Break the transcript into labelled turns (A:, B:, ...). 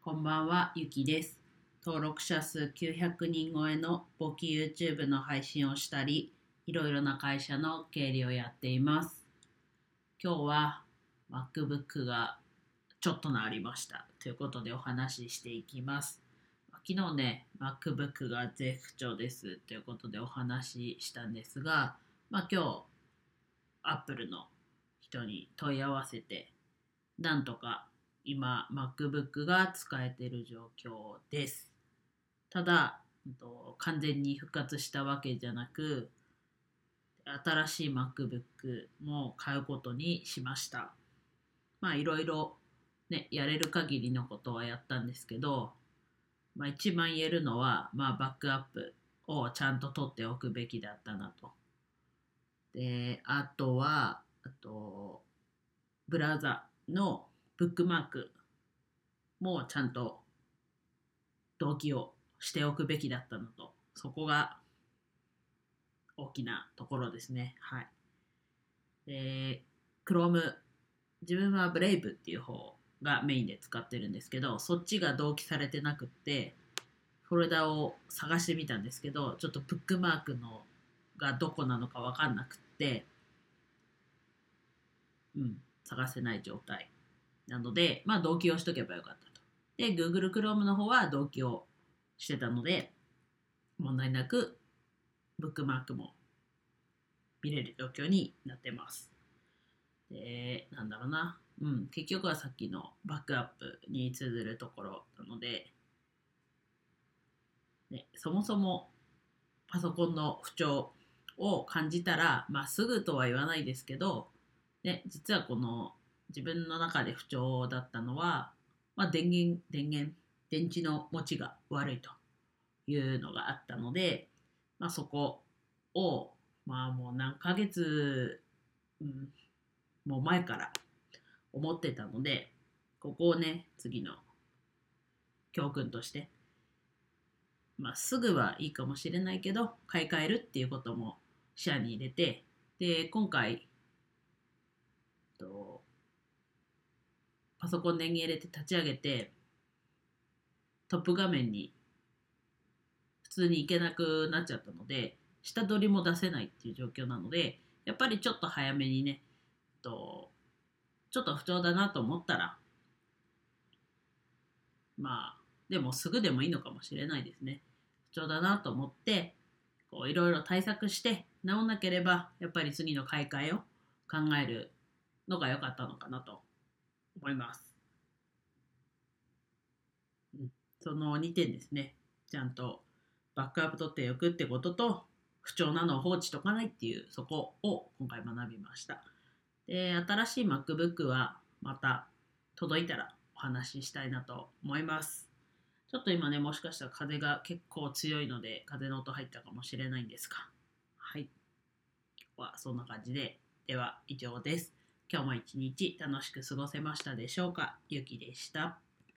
A: こんばんは、ゆきです。登録者数900人超えの簿記 YouTube の配信をしたり、いろいろな会社の経理をやっています。今日は MacBook がちょっとなりましたということでお話ししていきます。昨日ね、MacBook が絶不調ですということでお話ししたんですが、今日 Apple の人に問い合わせて、なんとか今 MacBook が使えている状況です。ただ完全に復活したわけじゃなく、新しい MacBook も買うことにしました。いろいろね、やれる限りのことはやったんですけど、一番言えるのは、バックアップをちゃんと取っておくべきだったなと。で、あとブラウザのブックマークもちゃんと同期をしておくべきだったのと、そこが大きなところですね。はい。で、Chrome、自分は Brave っていう方がメインで使ってるんですけど、そっちが同期されてなくって、フォルダを探してみたんですけど、ちょっとブックマークのがどこなのかわかんなくって、探せない状態なので、同期をしとけばよかったと。で、Google Chrome の方は同期をしてたので、問題なくブックマークも見れる状況になってます。で、なんだろうな。結局はさっきのバックアップに通ずるところなので、そもそもパソコンの不調を感じたら、すぐとは言わないですけど、実はこの自分の中で不調だったのは、電池の持ちが悪いというのがあったので、そこを、もう何ヶ月、もう前から思ってたので、ここをね、次の教訓として、すぐはいいかもしれないけど、買い替えるっていうことも視野に入れて、で、今回、パソコン電源入れて立ち上げて、トップ画面に普通に行けなくなっちゃったので、下取りも出せないっていう状況なので、やっぱりちょっと早めにね、ちょっと不調だなと思ったら、でもすぐでもいいのかもしれないですね。不調だなと思って、いろいろ対策して治んなければ、やっぱり次の買い替えを考えるのが良かったのかなと思います。その2点ですね。ちゃんとバックアップ取っておくってことと、不調なのを放置しとかないっていう、そこを今回学びました。で、新しい MacBook はまた届いたらお話ししたいなと思います。ちょっと今ね、もしかしたら風が結構強いので、風の音入ったかもしれないんですが、はい。今日はそんな感じで、では以上です。今日も一日楽しく過ごせましたでしょうか。ゆきでした。